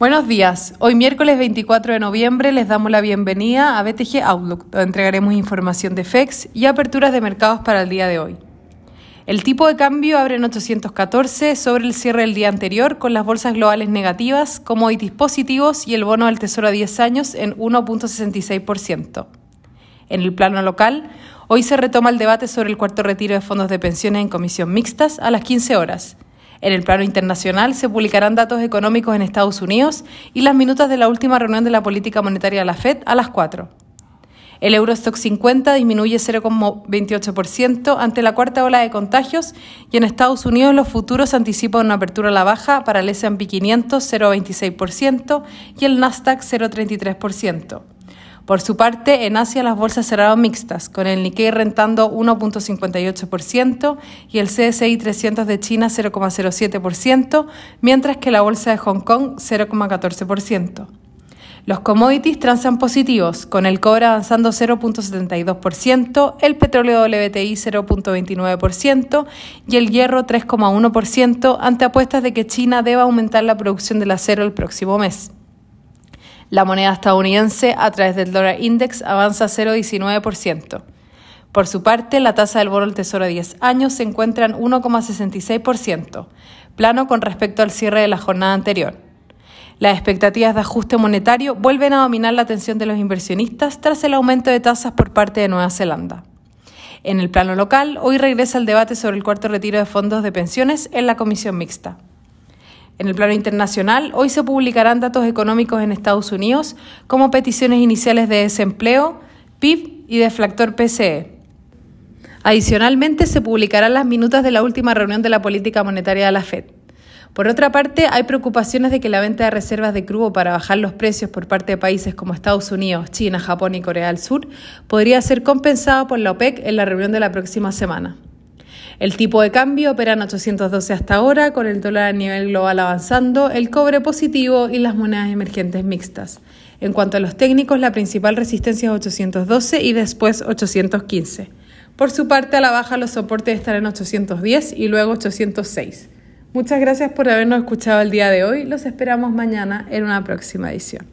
Buenos días. Hoy miércoles 24 de noviembre les damos la bienvenida a BTG Outlook, donde entregaremos información de FX y aperturas de mercados para el día de hoy. El tipo de cambio abre en 814 sobre el cierre del día anterior, con las bolsas globales negativas, commodities positivos y el bono del Tesoro a 10 años en 1.66%. En el plano local, hoy se retoma el debate sobre el cuarto retiro de fondos de pensiones en comisión mixtas a las 15 horas. En el plano internacional se publicarán datos económicos en Estados Unidos y las minutas de la última reunión de la política monetaria de la Fed a las 4. El Eurostoxx 50 disminuye 0,28% ante la cuarta ola de contagios y en Estados Unidos los futuros anticipan una apertura a la baja para el S&P 500 0,26% y el Nasdaq 0,33%. Por su parte, en Asia las bolsas cerraron mixtas, con el Nikkei rentando 1,58% y el CSI 300 de China 0,07%, mientras que la bolsa de Hong Kong 0,14%. Los commodities transan positivos, con el cobre avanzando 0,72%, el petróleo WTI 0,29% y el hierro 3,1% ante apuestas de que China deba aumentar la producción del acero el próximo mes. La moneda estadounidense, a través del dólar index, avanza 0,19%. Por su parte, la tasa del bono del Tesoro a 10 años se encuentra en 1,66%, plano con respecto al cierre de la jornada anterior. Las expectativas de ajuste monetario vuelven a dominar la atención de los inversionistas tras el aumento de tasas por parte de Nueva Zelanda. En el plano local, hoy regresa el debate sobre el cuarto retiro de fondos de pensiones en la comisión mixta. En el plano internacional, hoy se publicarán datos económicos en Estados Unidos como peticiones iniciales de desempleo, PIB y deflactor PCE. Adicionalmente, se publicarán las minutas de la última reunión de la política monetaria de la Fed. Por otra parte, hay preocupaciones de que la venta de reservas de crudo para bajar los precios por parte de países como Estados Unidos, China, Japón y Corea del Sur podría ser compensada por la OPEC en la reunión de la próxima semana. El tipo de cambio opera en 812 hasta ahora, con el dólar a nivel global avanzando, el cobre positivo y las monedas emergentes mixtas. En cuanto a los técnicos, la principal resistencia es 812 y después 815. Por su parte, a la baja los soportes están en 810 y luego 806. Muchas gracias por habernos escuchado el día de hoy. Los esperamos mañana en una próxima edición.